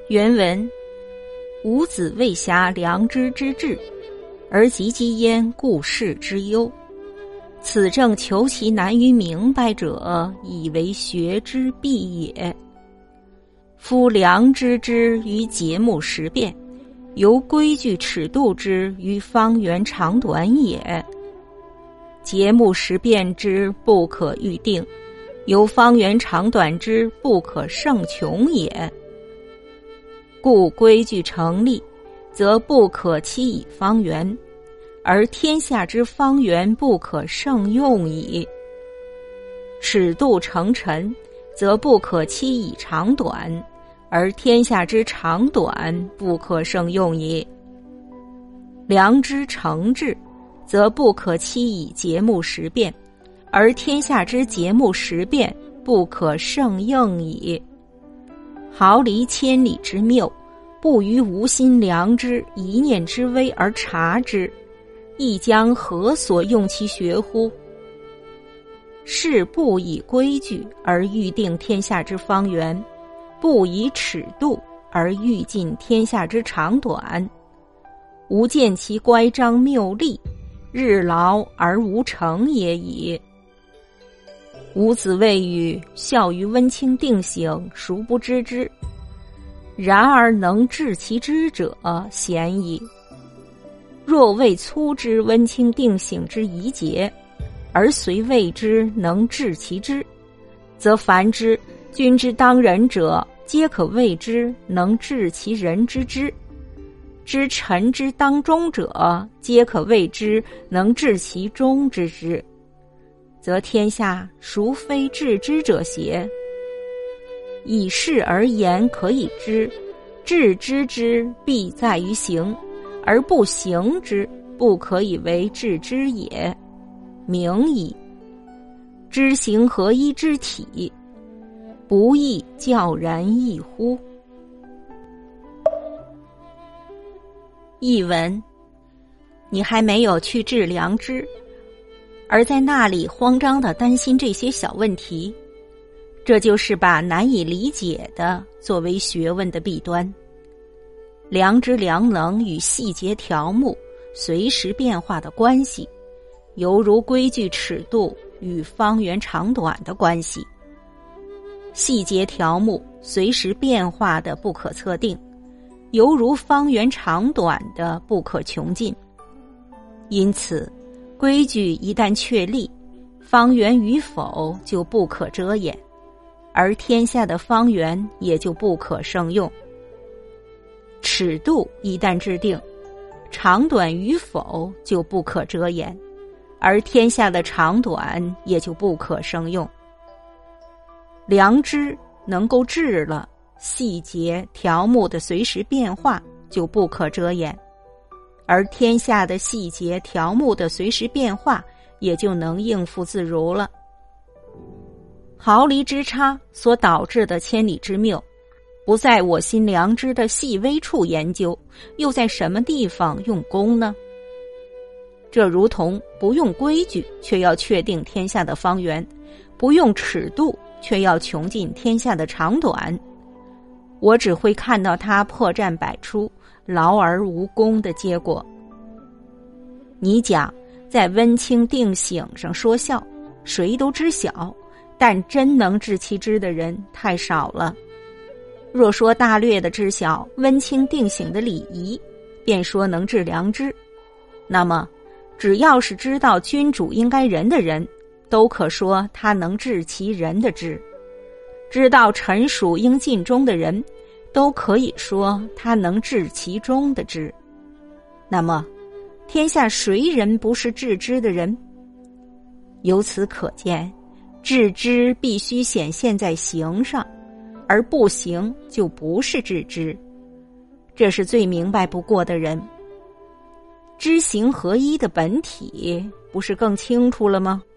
原文：吾子未暇良知之志，而及积焉故事之忧。此正求其难于明白者，以为学之必也。夫良知之于节目时变，由规矩尺度之于方圆长短也。节目时变之不可预定，由方圆长短之不可胜穷也。故规矩成立，则不可期以方圆，而天下之方圆不可胜用矣。尺度成陈，则不可期以长短，而天下之长短不可胜用矣。良知成治，则不可期以节目时变，而天下之节目时变不可胜应矣。毫厘千里之谬，不于无心良知一念之微而察之，亦将何所用其学乎？是不以规矩而预定天下之方圆，不以尺度而预尽天下之长短。吾见其乖张谬丽，日劳而无成也已。吾子谓语，孝于温清定省，孰不知之？然而能治其知者，鲜矣。若谓粗知温清定省之宜节，而虽谓之能治其知，则凡之君之当仁者，皆可谓之能治其人之知；知臣之当忠者，皆可谓之能治其忠之知。则天下孰非治之者邪？以事而言可以知，治之之必在于行，而不行之不可以为治之也，明矣。知行合一之体，不亦教然异乎？译文：你还没有去治良知，而在那里慌张地担心这些小问题，这就是把难以理解的作为学问的弊端。良知良能与细节条目随时变化的关系，犹如规矩尺度与方圆长短的关系。细节条目随时变化的不可测定，犹如方圆长短的不可穷尽。因此规矩一旦确立，方圆与否就不可遮掩，而天下的方圆也就不可胜用。尺度一旦制定，长短与否就不可遮掩，而天下的长短也就不可胜用。良知能够治了，细节条目的随时变化就不可遮掩，而天下的细节条目的随时变化也就能应付自如了。毫厘之差所导致的千里之谬，不在我心良知的细微处研究，又在什么地方用功呢？这如同不用规矩却要确定天下的方圆，不用尺度却要穷尽天下的长短。我只会看到它破绽百出，劳而无功的结果。你讲在温清定省上说孝，谁都知晓，但真能治其知的人太少了。若说大略的知晓温清定省的礼仪，便说能治良知，那么只要是知道君主应该仁的人，都可说他能治其人的知；知道臣属应尽忠的人，都可以说他能治其中的知。那么天下谁人不是治知的人？由此可见，治知必须显现在行上，而不行就不是治知。这是最明白不过的人。知行合一的本体不是更清楚了吗？